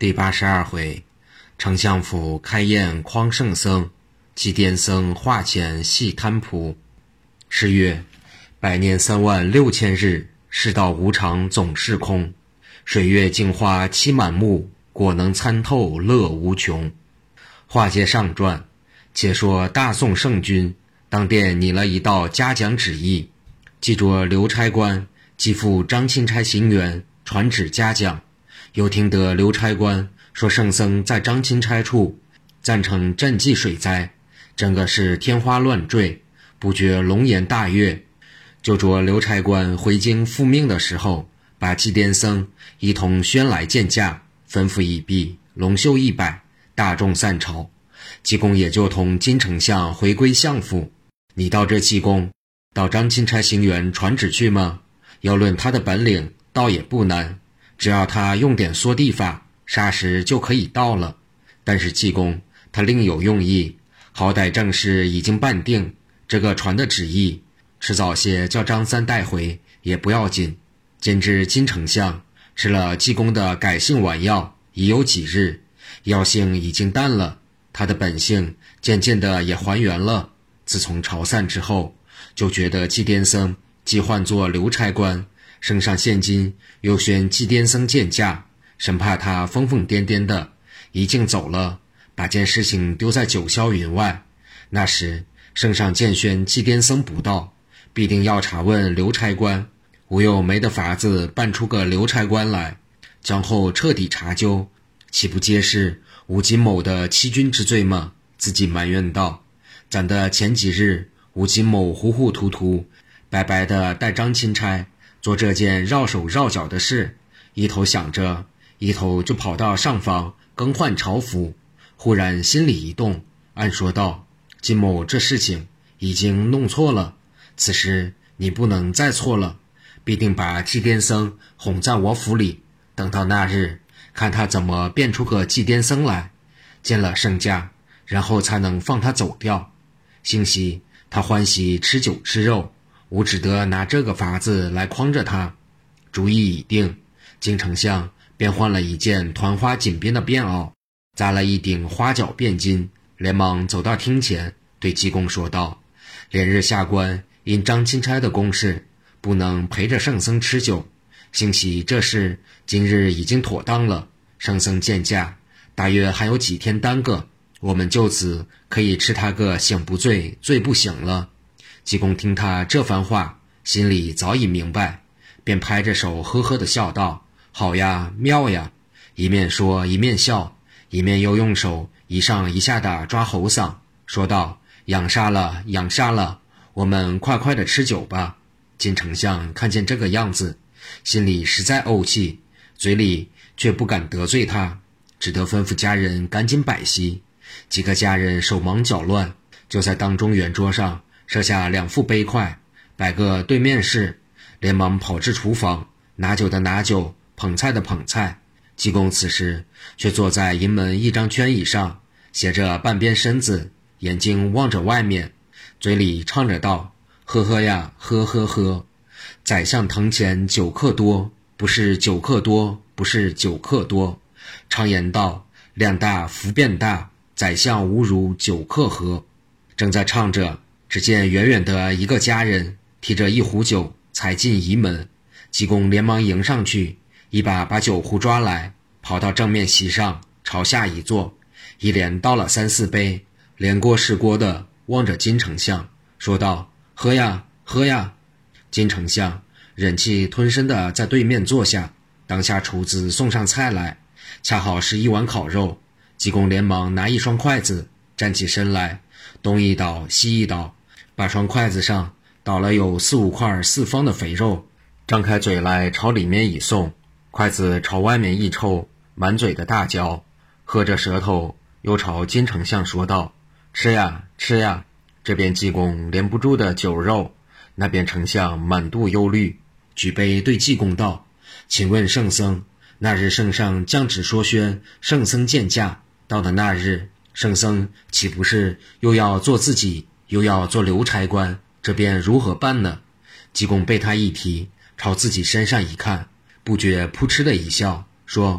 第82回，丞相府开宴匡圣僧，祭奠僧化前系贪仆。是月，百年36000日，世道无常总是空。水月镜花期满目，果能参透乐无穷。话接上传，且说大宋圣君当殿拟了一道嘉奖旨意，记着刘差官即赴张钦差行辕传旨嘉奖。又听得刘差官说圣僧在张钦差处赞成赈济水灾，整个是天花乱坠，不觉龙颜大悦。就着刘差官回京复命的时候，把祭奠僧一同宣来见驾，吩咐已毕，龙袖一摆，大众散朝。济公也就同金丞相回归相府。你到这济公到张钦差行辕传旨去吗？要论他的本领倒也不难，只要他用点缩地法，霎时就可以到了。但是济公他另有用意，好歹正事已经办定，这个传的旨意迟早些叫张三带回也不要紧。兼之金丞相吃了济公的改性丸药已有几日，药性已经淡了，他的本性渐渐的也还原了。自从朝散之后，就觉得祭奠僧既换作刘差官，升上现今又宣祭奠僧见驾，生怕他疯疯癫癫的一径走了，把件事情丢在九霄云外。那时圣上见宣祭奠僧不到，必定要查问刘差官，无有没得法子办出个刘差官来，将后彻底查究，岂不皆是吴金某的欺君之罪吗？自己埋怨道，咱的前几日吴金某糊糊涂涂白白的带张钦差做这件绕手绕脚的事，一头想着，一头就跑到上房更换朝服。忽然心里一动，暗说道，金某这事情已经弄错了，此时你不能再错了，必定把祭奠僧哄在我府里，等到那日看他怎么变出个祭奠僧来，见了圣驾，然后才能放他走掉。幸喜他欢喜吃酒吃肉，我只得拿这个法子来诓着他。主意已定，金丞相便换了一件团花锦边的便袄，扎了一顶花角便巾，连忙走到厅前，对济公说道，连日下官因张钦差的公事，不能陪着圣僧吃酒，幸喜这事今日已经妥当了，圣僧见驾大约还有几天耽搁，我们就此可以吃他个醒不醉醉不醒了。济公听他这番话，心里早已明白，便拍着手呵呵地笑道，好呀，妙呀，一面说一面笑，一面又用手一上一下地抓喉嗓，说道，养杀了养杀了，我们快快地吃酒吧。金丞相看见这个样子，心里实在怄气，嘴里却不敢得罪他，只得吩咐家人赶紧摆席。几个家人手忙脚乱，就在当中圆桌上设下2副杯筷，摆个对面式，连忙跑至厨房，拿酒的拿酒，捧菜的捧菜。济公此时却坐在营门一张圈椅上，斜着半边身子，眼睛望着外面，嘴里唱着道，呵呵呀呵呵呵，宰相堂前酒客多，不是酒客多，不是酒客多。常言道，量大福变大，宰相无如酒客喝。正在唱着，只见远远的一个家人提着一壶酒踩进仪门，济公连忙迎上去，一把把酒壶抓来，跑到正面席上，朝下一坐，一连倒了3、4杯，连锅是锅的望着金丞相，说道，喝呀喝呀。金丞相忍气吞声的在对面坐下，当下厨子送上菜来，恰好是一碗烤肉。济公连忙拿一双筷子，站起身来，东一倒西一倒，把双筷子上倒了有4、5块四方的肥肉，张开嘴来朝里面一送，筷子朝外面一抽，满嘴的大嚼，喝着舌头又朝金丞相说道，吃呀吃呀。这边济公连不住的酒肉，那边丞相满肚忧虑，举杯对济公道，请问圣僧，那日圣上降旨说宣圣僧见驾，到的那日，圣僧岂不是又要做自己，又要做刘差官，这边如何办呢？济公被他一提，朝自己身上一看，不觉扑哧的一笑，说，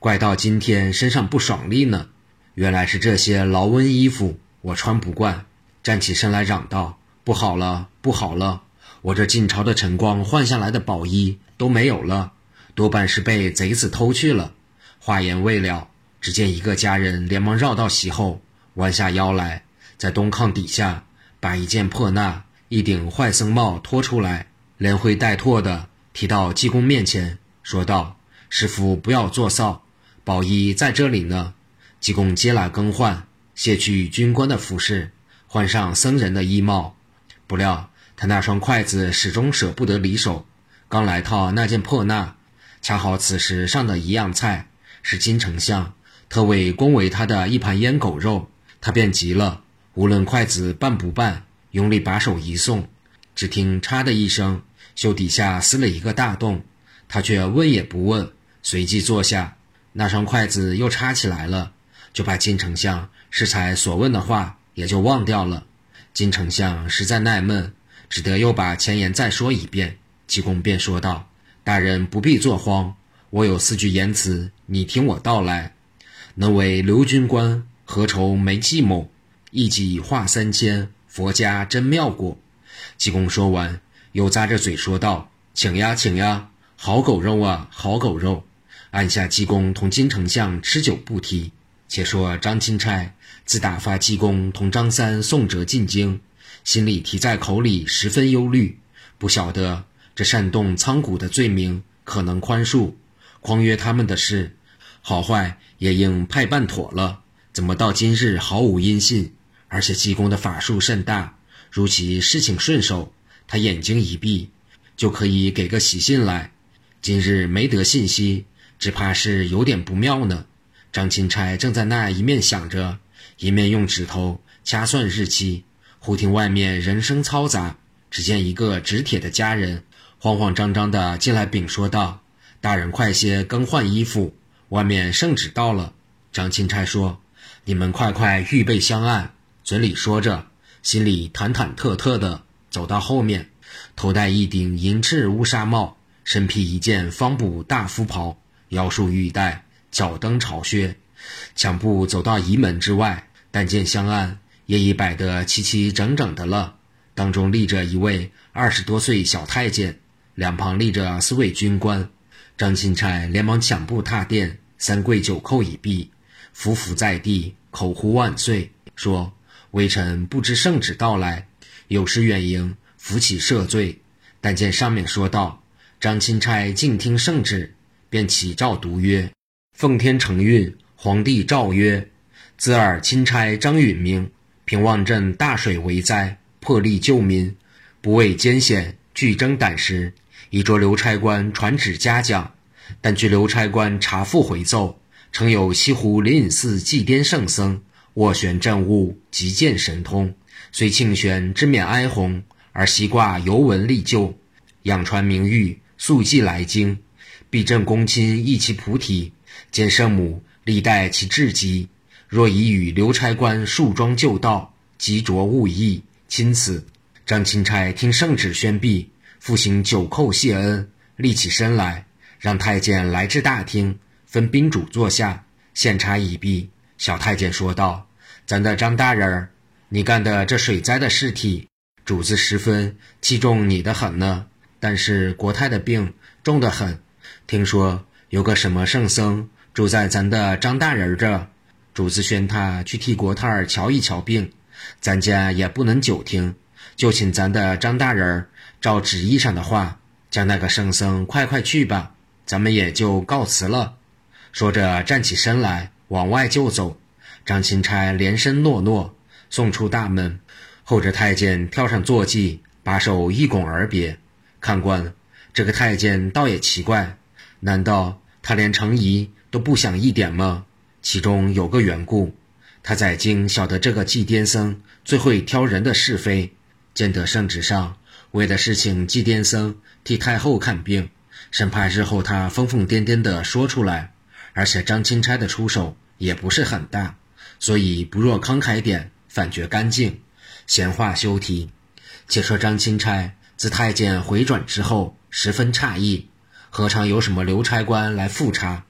怪到今天身上不爽利呢。原来是这些劳温衣服，我穿不惯。站起身来嚷道：不好了，不好了，我这晋朝的晨光换下来的宝衣都没有了，多半是被贼子偷去了。话言未了，只见一个家人连忙绕到席后，弯下腰来，在东炕底下把一件破衲、一顶坏僧帽拖出来，连挥带拖的提到济公面前，说道：师父不要作臊，宝衣在这里呢。济公接来更换，卸去军官的服饰，换上僧人的衣帽。不料他那双筷子始终舍不得离手，刚来套那件破衲，恰好此时上的一样菜是金丞相特为恭维他的一盘腌狗肉，他便急了，无论筷子拌不拌，用力把手一送，只听嚓的一声，袖底下撕了一个大洞，他却问也不问，随即坐下，那双筷子又插起来了，就把金丞相适才所问的话也就忘掉了。金丞相实在耐闷，只得又把前言再说一遍。济公便说道：大人不必作慌，我有4句言辞，你听我道来。能为刘军官，何愁没计谋？一己话3000，佛家真妙果。济公说完，又咂着嘴说道：请呀请呀，好狗肉啊，好狗肉。按下济公同金丞相吃酒不提。且说张钦差自打发济公同张三送折进京，心里提在口里，十分忧虑，不晓得这煽动仓谷的罪名可能宽恕，匡约他们的事好坏也应派办妥了，怎么到今日毫无音信？而且济公的法术甚大，如其事情顺手，他眼睛一闭就可以给个喜信来，今日没得信息，只怕是有点不妙呢。张钦差正在那一面想着，一面用指头掐算日期，忽听外面人声嘈杂，只见一个执铁的家人慌慌张张地进来禀说道：大人快些更换衣服，外面圣旨到了。张钦差说：你们快快预备香案。嘴里说着，心里忐忐忑忑地走到后面，头戴一顶银翅乌纱帽，身披一件方布大夫袍，腰束玉带，脚蹬朝靴，抢步走到仪门之外，但见香案也已摆得齐齐整整的了，当中立着一位20多岁小太监，两旁立着4位军官。张钦差连忙抢步踏殿，3跪9叩一毕，伏伏在地，口呼万岁，说：微臣不知圣旨到来，有失远迎，扶起赦罪。但见上面说道：张钦差静听圣旨，便起诏读曰：奉天承运，皇帝诏曰：自尔钦差张允明，平望镇大水为灾，破例救民，不畏艰险，拒征胆识，已着刘差官传旨嘉奖。但据刘差官查复回奏，称有西湖灵隐寺祭颠圣僧斡旋政务，极见神通，虽庆玄之免哀鸿，而西挂尤闻力救，仰传名誉，速寄来京，必镇公亲忆其菩提，见圣母历代其至极，若已与刘差官树桩就道，即着勿议，钦此。张钦差听圣旨宣毕，复行9叩谢恩，立起身来，让太监来至大厅，分宾主坐下，献茶已毕。小太监说道：咱的张大人，你干的这水灾的事体，主子十分器重你的很呢，但是国太的病重得很，听说有个什么圣僧住在咱的张大人这，主子宣他去替国太儿瞧一瞧病，咱家也不能久听，就请咱的张大人照旨意上的话，将那个圣僧快快去吧，咱们也就告辞了。说着站起身来往外就走。张钦差连声诺诺，送出大门，后者太监跳上坐骑，把手一拱而别。看官，这个太监倒也奇怪，难道他连程仪都不想一点吗？其中有个缘故，他在京晓得这个祭颠僧最会挑人的是非，见得圣旨上为的是请祭颠僧替太后看病，生怕日后他疯疯癫癫地说出来，而且张钦差的出手也不是很大，所以不若慷慨点，反觉干净。闲话休提，且说张钦差自太监回转之后，十分诧异，何尝有什么刘差官来复查，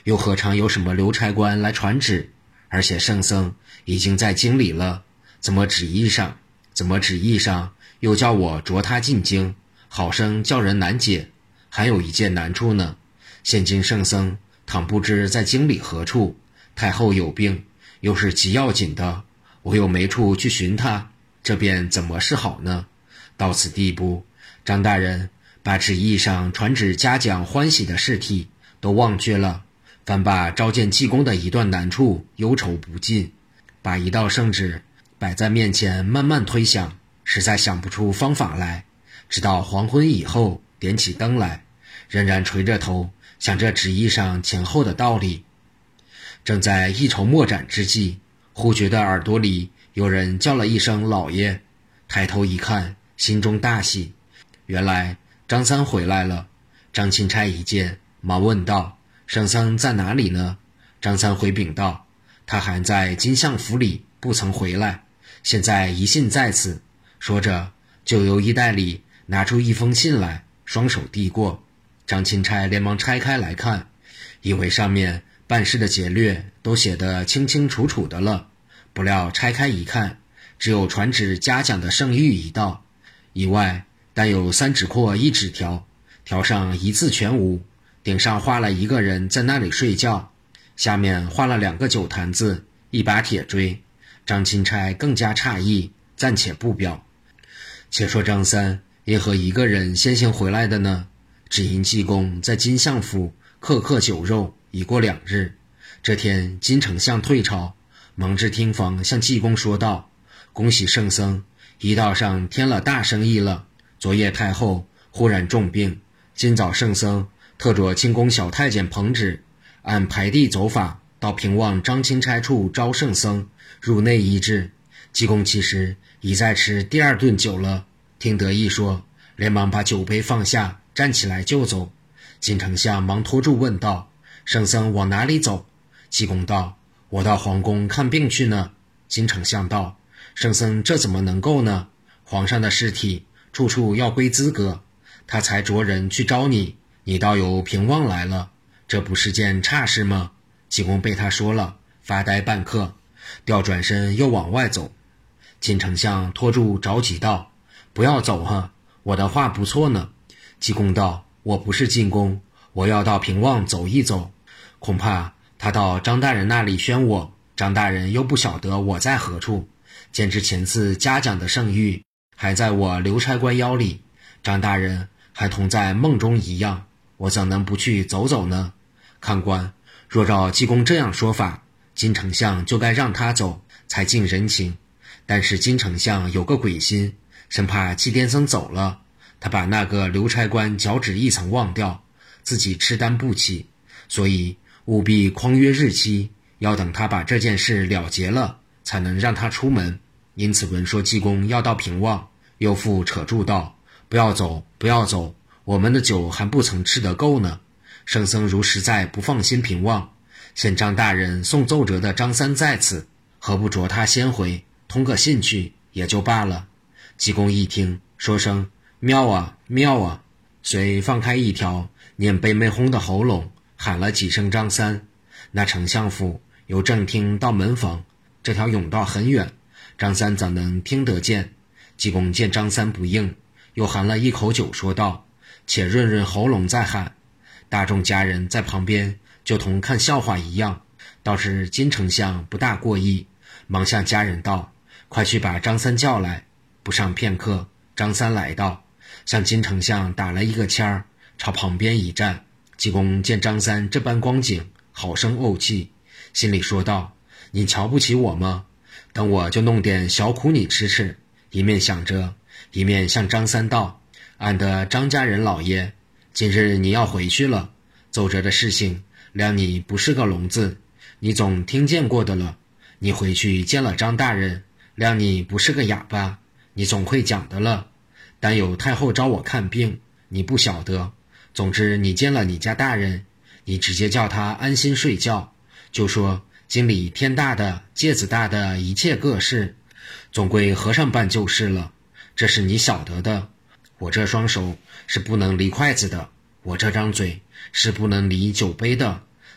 又何尝有什么邮差官来传旨？而且圣僧已经在京里了，怎么旨意上又叫我着他进京，好生叫人难解？还有一件难处呢，现今圣僧倘不知在京里何处，太后有病，又是极要紧的，我又没处去寻他，这便怎么是好呢？到此地步，张大人把旨意上传旨嘉奖欢喜的事体都忘却了，反把召见济公的一段难处忧愁不尽，把一道圣旨摆在面前慢慢推想，实在想不出方法来。直到黄昏以后点起灯来，仍然垂着头想着旨意上前后的道理。正在一筹莫展之际，忽觉得耳朵里有人叫了一声老爷，抬头一看，心中大喜，原来张三回来了。张钦差一见，忙问道：圣僧在哪里呢？张三回禀道：他还在金相府里，不曾回来，现在一信在此。说着就由衣袋里拿出一封信来，双手递过。张钦差连忙拆开来看，以为上面办事的节略都写得清清楚楚的了，不料拆开一看，只有传旨嘉奖的圣谕一道，以外但有3纸阔1纸条，条上一字全无，顶上画了一个人在那里睡觉，下面画了2个酒坛子，1把铁锥。张钦差更加诧异，暂且不表。且说张三因何一个人先行回来的呢？只因济公在金相府刻酒肉已过2日，这天金丞相退朝，忙至厅房向济公说道：恭喜圣僧，一道上添了大生意了。昨夜太后忽然重病，今早圣僧特着清宫小太监彭旨，按排地走法到平望张钦差处招圣僧入内医治。济公其实已在吃第2顿酒了，听得一说，连忙把酒杯放下，站起来就走。金丞相忙拖住问道：圣僧往哪里走？济公道：我到皇宫看病去呢。金丞相道：圣僧这怎么能够呢？皇上的尸体处处要归资格，他才着人去招你，你倒有平望来了，这不是件差事吗？济公被他说了，发呆半刻，调转身又往外走。金丞相拖住着急道：不要走哈，我的话不错呢。济公道：我不是进宫，我要到平望走一走，恐怕他到张大人那里宣我，张大人又不晓得我在何处，兼之前次嘉奖的圣谕还在我邮差官腰里，张大人还同在梦中一样，我怎能不去走走呢？看官，若照济公这样说法，金丞相就该让他走，才尽人情。但是金丞相有个鬼心，生怕季癫僧走了，他把那个邮差官脚趾一层忘掉，自己吃担不起，所以务必匡约日期，要等他把这件事了结了，才能让他出门。因此闻说济公要到平望，又复扯住道：不要走，不要走，我们的酒还不曾吃得够呢。圣僧如实在不放心平望，现张大人送奏折的张三在此，何不着他先回，通个信去也就罢了。济公一听，说声妙啊妙啊，遂放开一条念悲没轰的喉咙，喊了几声张三。那丞相府由正厅到门房，这条甬道很远，张三怎能听得见？济公见张三不应，又含了一口酒，说道：且润润喉咙再喊。大众家人在旁边就同看笑话一样，倒是金丞相不大过意，忙向家人道：快去把张三叫来。不上片刻，张三来到，向金丞相打了一个签儿，朝旁边一站。济公见张三这般光景，好生怄气，心里说道：你瞧不起我吗？等我就弄点小苦你吃吃。一面想着，一面向张三道：俺的张家人老爷，今日你要回去了，奏折的事情谅你不是个聋子，你总听见过的了。你回去见了张大人，谅你不是个哑巴，你总会讲的了。但有太后找我看病，你不晓得。总之你见了你家大人，你直接叫他安心睡觉，就说经理天大的戒子大的一切各事，总归和尚办就是了。这是你晓得的。我这双手是不能离筷子的，我这张嘴是不能离酒杯的，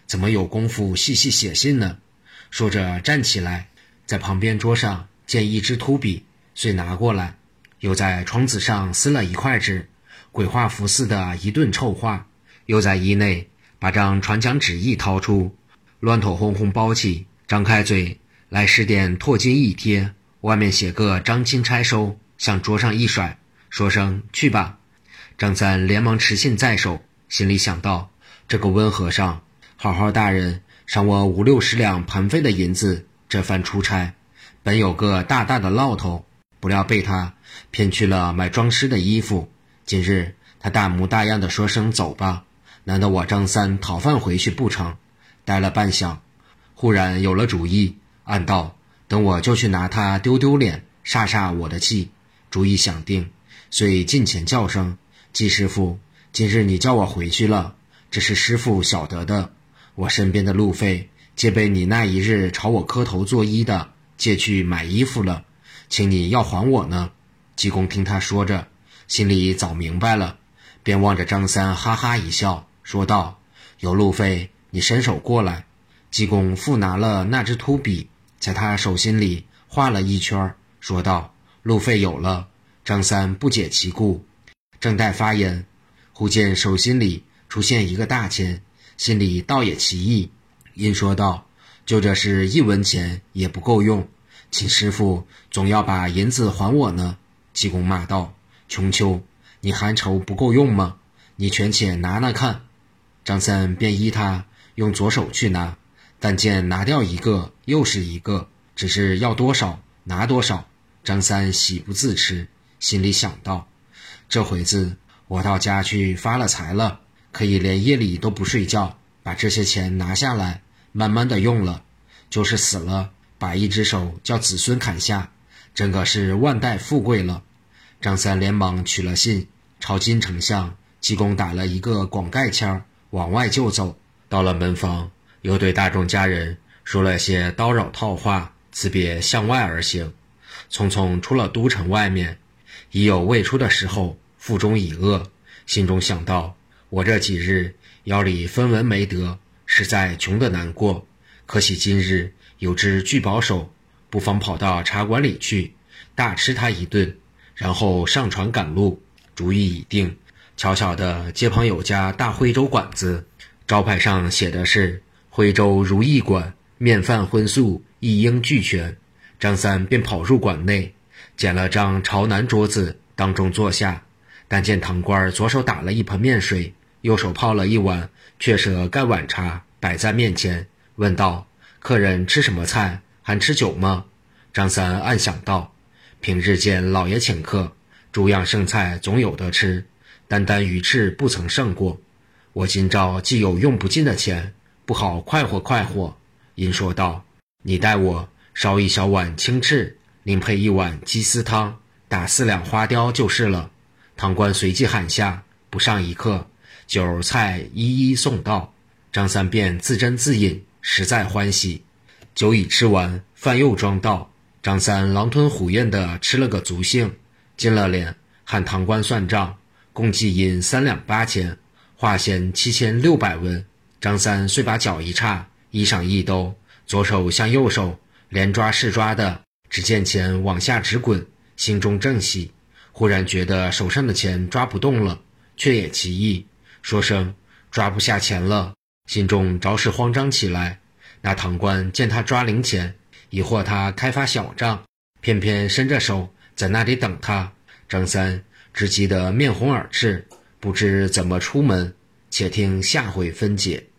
怎么有功夫细细写信呢？说着站起来，在旁边桌上见一支秃笔，遂拿过来，又在窗子上撕了一块纸，鬼画符似的一顿臭画，又在衣内把张传讲旨意掏出，乱头哄哄包起，张开嘴来使点唾金一贴，外面写个张钦差收，向桌上一甩，说声去吧。张三连忙持信在手，心里想到，这个温和尚好好大人赏我50-60两盘费的银子，这番出差本有个大大的烙头，不料被他骗去了买装饰的衣服，今日他大模大样的说声走吧，难道我张三讨饭回去不成？呆了半晌，忽然有了主意，暗道等我就去拿他丢丢脸，煞煞我的气。主意想定，遂近前叫声，季师傅，今日你叫我回去了，这是师傅晓得的，我身边的路费皆被你那一日朝我磕头作揖的借去买衣服了，请你要还我呢。济公听他说着，心里早明白了，便望着张三哈哈一笑，说道，有路费你伸手过来。济公复拿了那支秃笔，在他手心里画了一圈，说道，路费有了。张三不解其故，正待发言，忽见手心里出现一个大钱，心里倒也奇异，因说道，就这是1文钱也不够用，请师傅总要把银子还我呢。济公骂道，穷秋，你还愁不够用吗？你权且拿拿看。张三便依他用左手去拿，但见拿掉一个又是一个，只是要多少拿多少。张三喜不自持，心里想到，这回子我到家去发了财了，可以连夜里都不睡觉，把这些钱拿下来慢慢的用了，就是死了把一只手叫子孙砍下，真个是万代富贵了。张三连忙取了信，朝金丞相济公打了一个广盖签，往外就走。到了门房，又对大众家人说了些叨扰套话，辞别向外而行。匆匆出了都城外面，已有未出的时候，腹中已饿，心中想到，我这几日腰里分文没得，实在穷得难过，可喜今日有只聚宝手，不妨跑到茶馆里去大吃他一顿，然后上船赶路。主意已定，悄悄地街旁有家大徽州馆子，招牌上写的是徽州如意馆，面饭荤素一应俱全。张三便跑入馆内，捡了张朝南桌子当中坐下，但见堂官左手打了一盆面水，右手泡了一碗雀舌盖碗茶摆在面前，问道，客人吃什么菜，还吃酒吗？张三暗想道，平日见老爷请客，诸样剩菜总有得吃，单单鱼翅不曾剩过，我今朝既有用不尽的钱，不好快活快活。因说道，你待我烧一小碗青翅，另配一碗鸡丝汤，打4两花雕就是了。堂官随即喊下，不上一刻，酒菜一一送到。张三便自斟自饮，实在欢喜。酒已吃完，饭又装到，张三狼吞虎咽地吃了个足兴，金了脸，喊堂官算账，共计银3两8钱，话钱7600文。张三遂把脚一叉，衣裳一兜，左手向右手连抓是抓的，只见钱往下直滚，心中正喜，忽然觉得手上的钱抓不动了，却也奇异，说声抓不下钱了，心中着实慌张起来。那堂官见他抓零钱，疑惑他开发小账，偏偏伸着手在那里等他。张三只急得面红耳赤，不知怎么出门，且听下回分解。